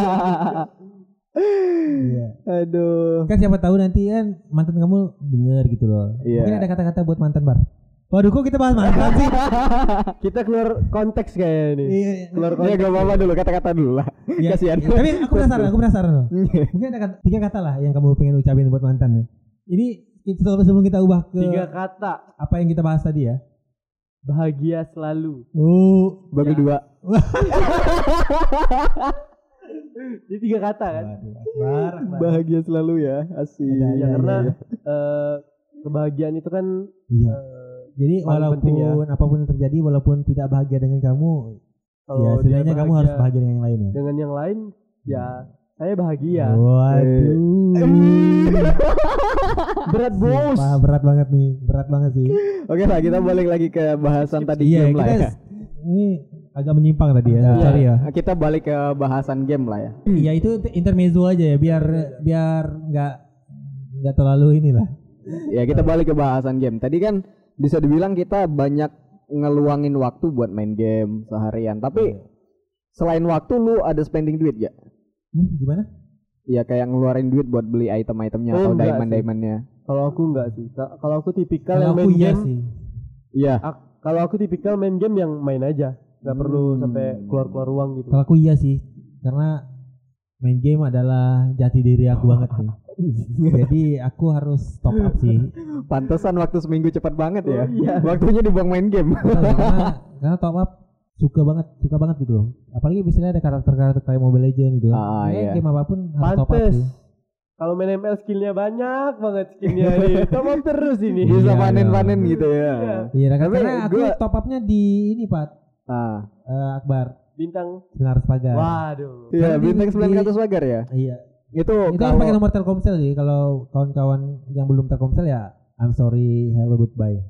Iya. Aduh. Kan siapa tahu nanti kan mantan kamu denger gitu loh. Iya. Mungkin ada kata-kata buat mantan bar. Waduh, kok kita bahas mantan sih? Kita keluar konteks kayaknya nih. Iya. Keluar Ya konteks. gak apa-apa dulu kata-kata dulu lah. Iya. Kasihan. Tapi aku penasaran, aku penasaran loh. Mungkin ada kata, tiga kata lah yang kamu pengen ucapin buat mantan. Ini kita sebelum kita ubah ke Tiga kata. apa yang kita bahas tadi ya. Bahagia selalu. Oh, Bagi Ya. dua. Ini tiga kata kan. Waduh, Akbar, Akbar. Bahagia selalu ya. Asik. Ada, Ya ada, karena ada. eh, kebahagiaan itu kan Iya. eh, Jadi paling walaupun penting ya. apapun yang terjadi, walaupun tidak bahagia dengan kamu, kalau ya dia setidaknya kamu harus bahagia dengan yang lain ya. dengan yang lain, ya saya bahagia. Waduh. Berat bos. Wah, berat banget nih, berat banget sih. Oke lah, kita balik lagi ke bahasan tadi Iya, game lah kita ya. ini agak menyimpang tadi ya, Nah, sorry ya. Kita balik ke bahasan game lah ya. Iya, itu intermezzo aja ya, biar biar nggak nggak terlalu inilah. Ya kita balik ke bahasan game. Tadi kan bisa dibilang kita banyak ngeluangin waktu buat main game seharian. Tapi selain waktu lu ada spending duit gak? Hmm, gimana? Ya kayak ngeluarin duit buat beli item-itemnya Oh, atau enggak diamond-diamondnya. Kalau aku enggak sih. Ka- Kalau aku tipikal Kalau yang aku main iya game. sih. Iya. ak- Kalau aku tipikal main game yang main aja. Gak perlu Hmm. sampai keluar-keluar uang gitu. Kalau aku iya sih, karena main game adalah jati diri aku banget nih. Jadi aku harus top up sih. Pantesan waktu seminggu cepat banget ya. Oh, iya. Waktunya dibuang main game. karena karena top up suka banget, suka banget gitu loh. Apalagi misalnya ada karakter-karakter kayak Mobile Legends gitu. Ah, Ya, iya. game apapun harus top up Pantes. sih. Kalau main M L skillnya banyak banget skillnya nih. Top up terus ini. Bisa Iya, panen-panen iya. gitu ya. Iya, Tapi karena aku gua- top upnya di ini Pak Ah, eh, Akbar Bintang. sembilan ratus pagar. Waduh. iya Nanti bintang di- sembilan ratus pagar ya. Iya. Itu Itu harus pakai kalau nomor Telkomsel sih. Kalau kawan-kawan yang belum Telkomsel ya I'm sorry, hello, goodbye.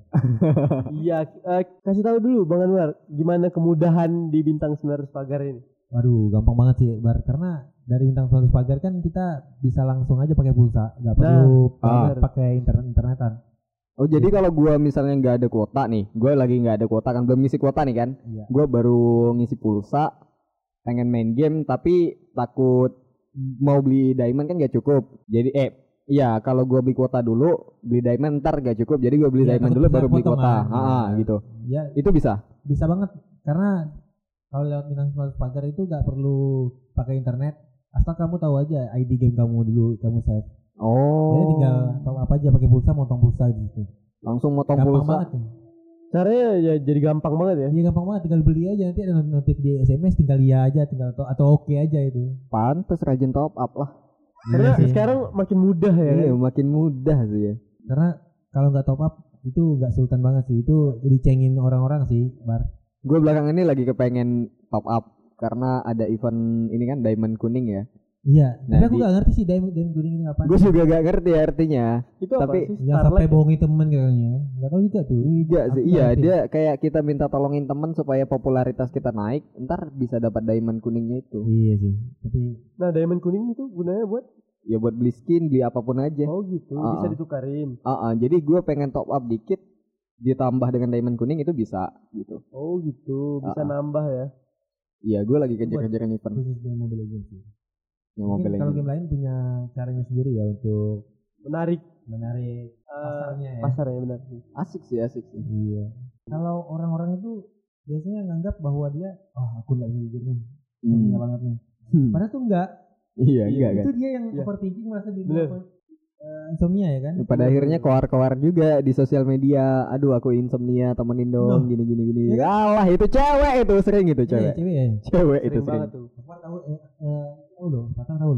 Iya, eh, kasih tahu dulu Bang Anwar, gimana kemudahan di bintang sembilan ratus pagar ini? Waduh, gampang banget sih, Bar. Karena dari bintang seratus pagar kan kita bisa langsung aja pakai pulsa, nggak perlu ah. pakai- pakai internet internetan. Oh jadi kalau gua misalnya nggak ada kuota nih, gua lagi nggak ada kuota kan, belum ngisi kuota nih kan, Iya. gua baru ngisi pulsa, pengen main game tapi takut mau beli diamond kan nggak cukup. Jadi eh iya kalau gua beli kuota dulu, beli diamond ntar gak cukup, jadi gua beli Iya, diamond takut dulu bisa baru beli potong kuota, kan. ah Iya. gitu. Ya Itu bisa. bisa banget karena kalau lewat bintang seratus pagar itu nggak perlu pakai internet. Asal kamu tahu aja I D game kamu dulu kamu save. Oh. Jadi tinggal tahu apa aja pakai pulsa, motong pulsa gitu. Langsung motong Gampang pulsa. banget nih. Caranya ya jadi gampang banget ya. Iya gampang banget, tinggal beli aja, nanti ada not- notif di S M S, tinggal iya aja, tinggal atau, atau oke aja itu. Pantes rajin top up lah. Karena Iya sih. sekarang makin mudah ya. Iya, kan? makin mudah sih ya. Karena kalau nggak top up itu nggak sultan banget sih, itu dicengin orang-orang sih, Bar. Gue belakangan ini lagi kepengen top up karena ada event ini kan diamond kuning ya. Iya, Nah, tapi aku di- nggak ngerti sih diamond diamond kuning ini apa. Gue juga gak ngerti artinya. Itu apa Tapi- sih? Yang sampai Starlight? bohongi temen kayaknya, nggak tahu juga tuh. Enggak sih, Aku iya ngerti. dia kayak kita minta tolongin teman supaya popularitas kita naik, ntar bisa dapat diamond kuningnya itu. Iya sih, tapi Nah, diamond kuning itu gunanya buat Ya buat beli skin, beli apapun aja. oh gitu, Ah, bisa ah. ditukarin. Ah, ah, jadi gue pengen top up dikit, ditambah dengan diamond kuning itu bisa gitu. Oh gitu, bisa Ah, ah. nambah ya. Iya, gue lagi kejar-kejaran event khusus game Mobile Legends sih. yang Mungkin Mobile kalau Legends. game lain punya caranya sendiri ya untuk Menarik menarik eh, pasarnya ya. pasarnya benar. Asik sih, asik sih. Iya. Kalau orang-orang itu biasanya nganggap bahwa dia, oh aku nggak bisa game nih, Hmm. hmm. banget nih. Hmm. Padahal tuh enggak. Iya, Iya, enggak kan. Itu dia yang Iya. overthinking merasa diri Bener. apa, eh, insomnia ya kan. Pada akhirnya koar-koar juga di sosial media. Aduh, aku insomnia, temenin dong, Loh. gini gini gini. Iya kan? Alah, itu cewek itu sering itu Iya, cewek. cewek ya. Cewek itu Sering sering. banget tuh. Apa tahu eh, eh, tahu loh, Fatang tahu loh.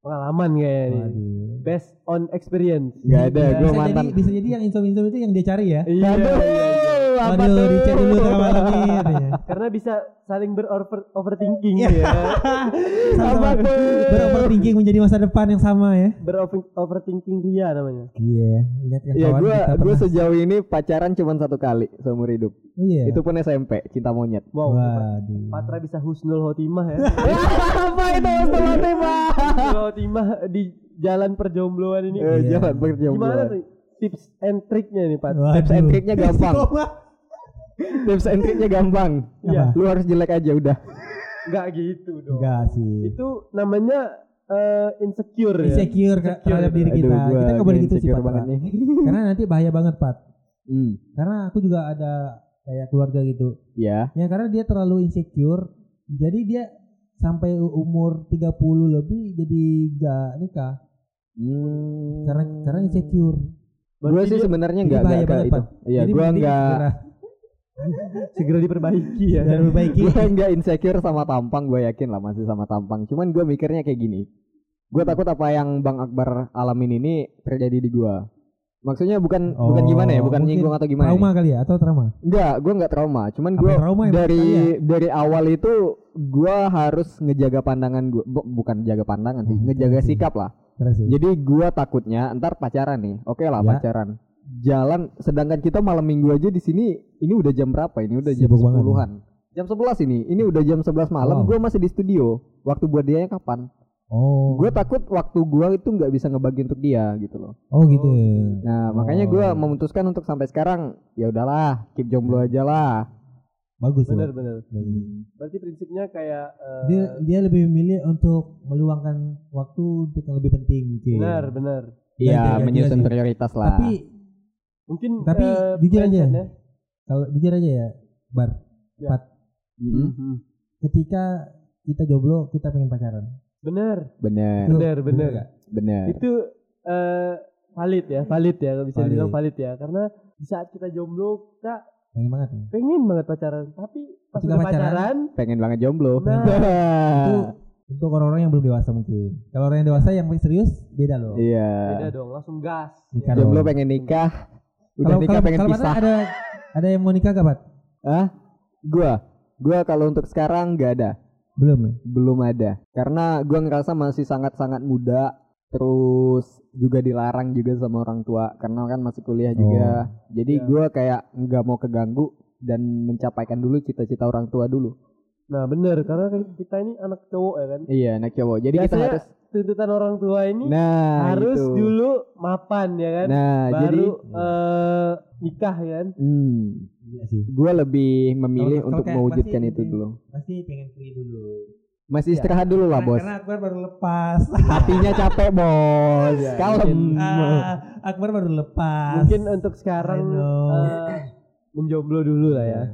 pengalaman kayaknya nih. Waduh. Based on experience. Gak ada, Bisa gue jadi- mantan. bisa jadi yang insom-insom itu yang dia cari ya. Iya. Aduh, iya, iya. apa Waduh, tuh? dicek dulu tengah malam nih katanya. Karena bisa saling berover overthinking Iya. ya. Sama-sama Apa tuh? beroverthinking menjadi masa depan yang sama ya. Beroverthinking dia namanya. Iya, ingat kan Ya kawan gue kita gue pernah- sejauh ini pacaran cuma satu kali seumur hidup. Oh, iya. Itu pun S M P, cinta monyet. Wow. Waduh. Patra bisa husnul khotimah ya. Apa itu setelah Husnul khotimah di jalan perjombloan ini. Eh, Iya. jangan berjomblo. Gimana tuh tips and triknya nih, Pat? Waduh. Tips and triknya gampang. Istiqomah. Tips and triknya gampang. Iya. Lu harus jelek aja udah. Enggak gitu dong. Enggak sih. Itu namanya eh, insecure ya. Insecure ke- terhadap diri kita. Aduh, gua Kita nggak boleh gua gitu sih, insecure Pat. banget nih. Karena nanti bahaya banget, Pat. Hmm. Karena aku juga ada kayak keluarga gitu. Ya. Ya karena dia terlalu insecure. Jadi dia sampai u- umur tiga puluh lebih jadi gak nikah. Hmm. Karena karena insecure. Gue Berarti sih dia sebenarnya Jadi enggak bahaya enggak banget, itu. Pat. Iya, Jadi gue mending enggak segera- segera diperbaiki ya. segera perbaiki. gue enggak insecure sama tampang, gue yakin lah masih sama tampang. Cuman gue mikirnya kayak gini. Gue takut apa yang Bang Akbar alamin ini terjadi di gue. Maksudnya bukan bukan Oh, gimana ya, bukan mungkin nyinggung atau gimana. Trauma nih. kali ya atau trauma? Enggak, gue enggak trauma. Cuman Apa gue trauma ya, dari Mas, kali dari awal itu gue harus ngejaga pandangan gue, bukan jaga pandangan sih, Hmm, ngejaga keren sih. sikap lah. Keren sih. Jadi gue takutnya ntar pacaran nih, oke lah Ya. pacaran. Jalan, sedangkan kita malam minggu aja di sini, ini udah jam berapa? Ini udah jam Sibuk banget sepuluhan. Jam sebelas ini, ini udah jam sebelas malam. Wow. Gue masih di studio. Waktu buat dia kapan? Oh. Gue takut waktu gue itu nggak bisa ngebagi untuk dia gitu loh. Oh gitu. ya. Nah makanya Oh. gue memutuskan untuk sampai sekarang ya udahlah, keep jomblo aja lah. Bagus Bener loh. bener. Bagus. Berarti prinsipnya kayak eh, Dia dia lebih memilih untuk meluangkan waktu untuk yang lebih penting mungkin. benar benar. Ya, Iya, jaga menyusun dia sih. prioritas lah. Tapi Mungkin Tapi eh, jujur aja. mindset-nya. kalau jujur aja ya, Bar. Ya. Pat, Mm-mm. Mhm. ketika kita jomblo kita pengen pacaran. Bener. Bener, Itu Bener, bener. nggak? bener. Itu eh, valid ya, valid ya, kalau bisa Valid. dibilang valid ya. Karena di saat kita jomblo kita Pengen banget nih. pengen banget pacaran, tapi pas Ketika udah pacaran, pacaran, Pengen banget jomblo. Nah. Itu untuk orang-orang yang belum dewasa mungkin. Kalau orang yang dewasa yang serius beda loh. Iya. beda dong, langsung gas. Nikah Jomblo dong. pengen nikah. Udah Kalau nikah kalau pengen kalau pisah. Pat ada ada yang mau nikah gak, Pat? Hah? Gua, gua kalau untuk sekarang nggak ada, Belum nih. belum ada. Karena gua ngerasa masih sangat-sangat muda, terus juga dilarang juga sama orang tua karena kan masih kuliah juga. Jadi Iya. gua kayak nggak mau keganggu dan mencapaikan dulu cita-cita orang tua dulu. Nah bener, karena kan kita ini anak cowok ya kan. Iya, anak cowok. Jadi kita Biasanya harus tuntutan orang tua ini nah harus itu. dulu mapan ya kan. Nah, Baru jadi eh, nikah ya kan. hmm, Iya sih. gua lebih memilih Kalau- untuk kalau kayak mewujudkan pasti itu lebih- dulu. Pasti pengen free dulu. Masih istirahat dulu lah, Karena- Bos. Karena Akbar baru lepas. Hatinya capek, Bos. Iya, Kalem. Ah, Akbar baru lepas. Mungkin untuk sekarang I know. eh, menjomblo dulu lah ya.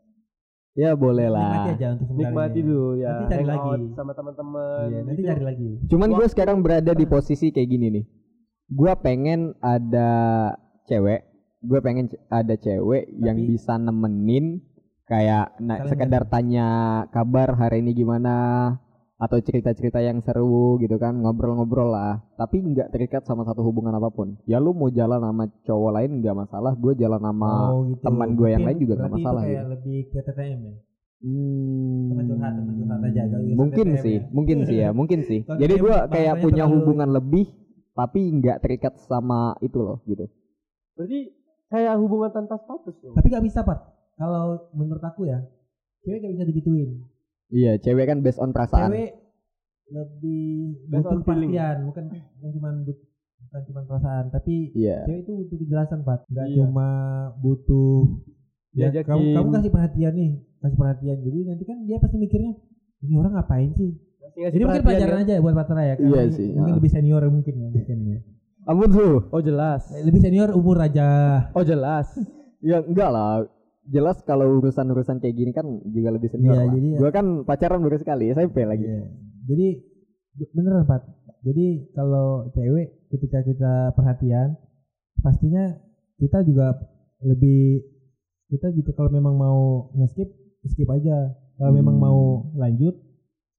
Ya boleh nikmati lah. aja untuk sementara Nikmati ini. dulu ya. Nanti cari hangout lagi. sama teman-teman. Iya, nanti Gitu. cari lagi. Cuman gue Waktu- sekarang berada di posisi kayak gini nih. Gue pengen ada cewek, gue pengen c- ada cewek yang Tapi- bisa nemenin, kayak na- Saling sekedar tanya kabar hari ini gimana, atau cerita-cerita yang seru gitu kan, ngobrol-ngobrol lah. Tapi nggak terikat sama satu hubungan apapun. Ya lu mau jalan sama cowok lain nggak masalah, gue jalan sama Oh, gitu. teman gue yang Mungkin lain juga nggak berarti masalah itu kayak gitu. lebih ke T T M ya. Hmm, Teman curhat, teman curhat aja, nggak usah mungkin T T M sih, ya. mungkin sih ya, mungkin sih. Kalau Jadi T T M gue bahasanya kayak punya terlalu- hubungan lebih, tapi nggak terikat sama itu loh, gitu. Berarti kayak hubungan tanpa status dong. Tapi gak bisa, Pat. Kalau menurut aku ya, cewek gak bisa digituin. Iya, cewek kan based on perasaan. Cewek lebih Based butuh on feeling. kepastian, bukan bukan cuma but- bukan cuma perasaan, tapi Iya. cewek itu butuh kejelasan, Pat. Gak Iya. cuma butuh ya, Diajakin. kamu kamu kasih perhatian nih, kasih perhatian. Jadi nanti kan dia pasti mikirnya ini orang ngapain sih? Ngasih-ngasih Jadi mungkin perhatian pelajaran ya. aja buat Patra ya. karena Iya ini sih, Mungkin ya. lebih senior mungkin ya, mungkin ya. Ampun tuh. Oh jelas. Eh, Lebih senior umur aja. Oh jelas. Ya enggak lah. Jelas kalau urusan-urusan kayak gini kan juga lebih senior Iya, lah. jadi- Gue kan pacaran baru sekali, S M P lagi. Iya. Jadi be- beneran, Pat. Jadi kalau cewek ketika kita perhatian, pastinya kita juga lebih kita juga kalau memang mau nge-skip, skip aja. Kalau memang Hmm. mau lanjut,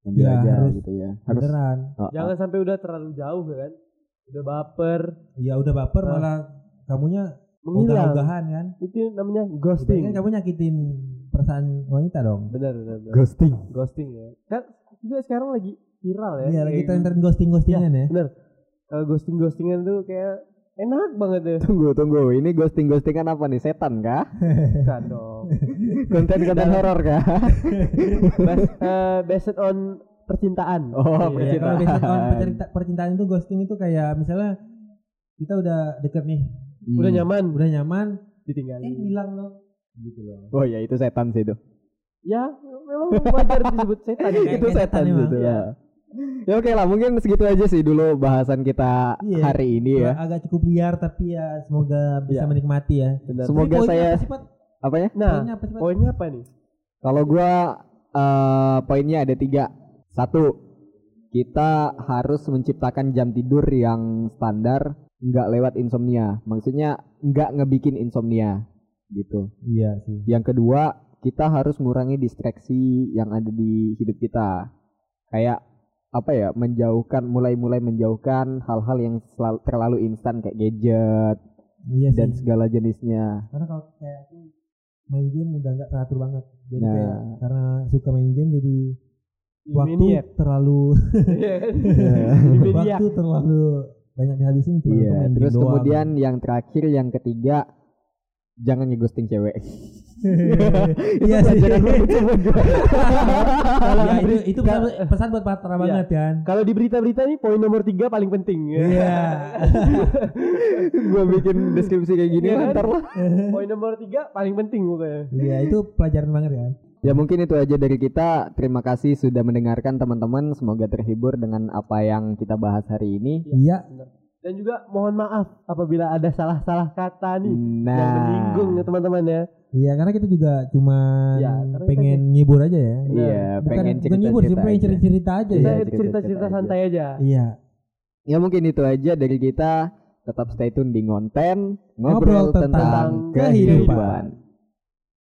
Ambil Ya, aja harus gitu ya. Harus Beneran. oh, oh. Jangan sampai udah terlalu jauh kan. Udah baper, Ya udah baper Ah. malah kamunya menghilang. ogah-ogahan kan. Itu namanya Berarti ghosting. kan kamu nyakitin perasaan wanita dong. Benar, benar, benar. ghosting. Ghosting ya. Kan juga sekarang lagi viral ya. Iya, lagi Kayak- tren-tren ghosting-ghostingan ya. Bener. Kalau ghosting-ghostingan tuh kayak enak banget ya. Tunggu tunggu, ini ghosting ghostingan apa nih? Setan kah? Bukan dong. Konten-konten horor kah? Bas, eh, based on percintaan. Oh, Iya. Iya, percintaan. kalau based on percinta- percintaan itu ghosting itu kayak misalnya kita udah deket nih, Udah Hmm. nyaman, udah nyaman, eh ditinggalin. hilang loh. Gitu loh. Oh ya itu setan sih itu. Ya, memang wajar disebut setan. Kayak- itu kayak setan setan emang. gitu. Iya. Ya oke lah, mungkin segitu aja sih dulu bahasan kita Iya. hari ini ya. Agak cukup liar tapi ya semoga bisa Iya. menikmati ya. Benar. Semoga Tapi poinnya saya- apa sih, Pat? Apa ya? Nah, Poinnya apa sih, Pat? poinnya apa nih? Kalau gua eh, poinnya ada tiga. Satu, kita harus menciptakan jam tidur yang standar, nggak lewat insomnia. Maksudnya nggak ngebikin insomnia gitu. Iya sih. Yang kedua, kita harus mengurangi distraksi yang ada di hidup kita. Kayak apa ya? Menjauhkan, mulai-mulai menjauhkan hal-hal yang selalu, terlalu instan kayak gadget Iya dan sih. segala jenisnya. Karena kalau kayak aku main game udah nggak teratur banget. Jadi Nah. kayak karena suka main game jadi waktu Maniac. terlalu Iya kan? Iya. Maniac. waktu terlalu banyak dihabisin cuma untuk Iya, main terus game doang. kemudian yang terakhir, yang ketiga, jangan ngeghosting cewek. Iya sih. Pelajaran banget buat gua. Ya itu itu pesan, pesan buat Patra Iya. banget kan. Kalau di berita-berita nih poin nomor tiga paling penting. Iya. Gua bikin deskripsi kayak gini Iya lah, kan? ntar lah. Poin nomor tiga paling penting pokoknya. Iya itu pelajaran banget kan. Ya mungkin itu aja dari kita. Terima kasih sudah mendengarkan teman-teman. Semoga terhibur dengan apa yang kita bahas hari ini. Iya. Dan juga mohon maaf apabila ada salah-salah kata nih yang Nah, menyinggung ya teman-teman ya. Iya karena kita juga cuma Iya, karena pengen ngibur aja ya. iya, Bukan, pengen bukan ngibur sih, cerita-cerita pengen aja. cerita-cerita aja Kita ya. Iya, cerita-cerita cerita-cerita aja. santai aja. Iya. Ya mungkin itu aja dari kita. Tetap stay tune di Ngonten, Ngobrol ngobrol tentang tentang kehidupan. kehidupan.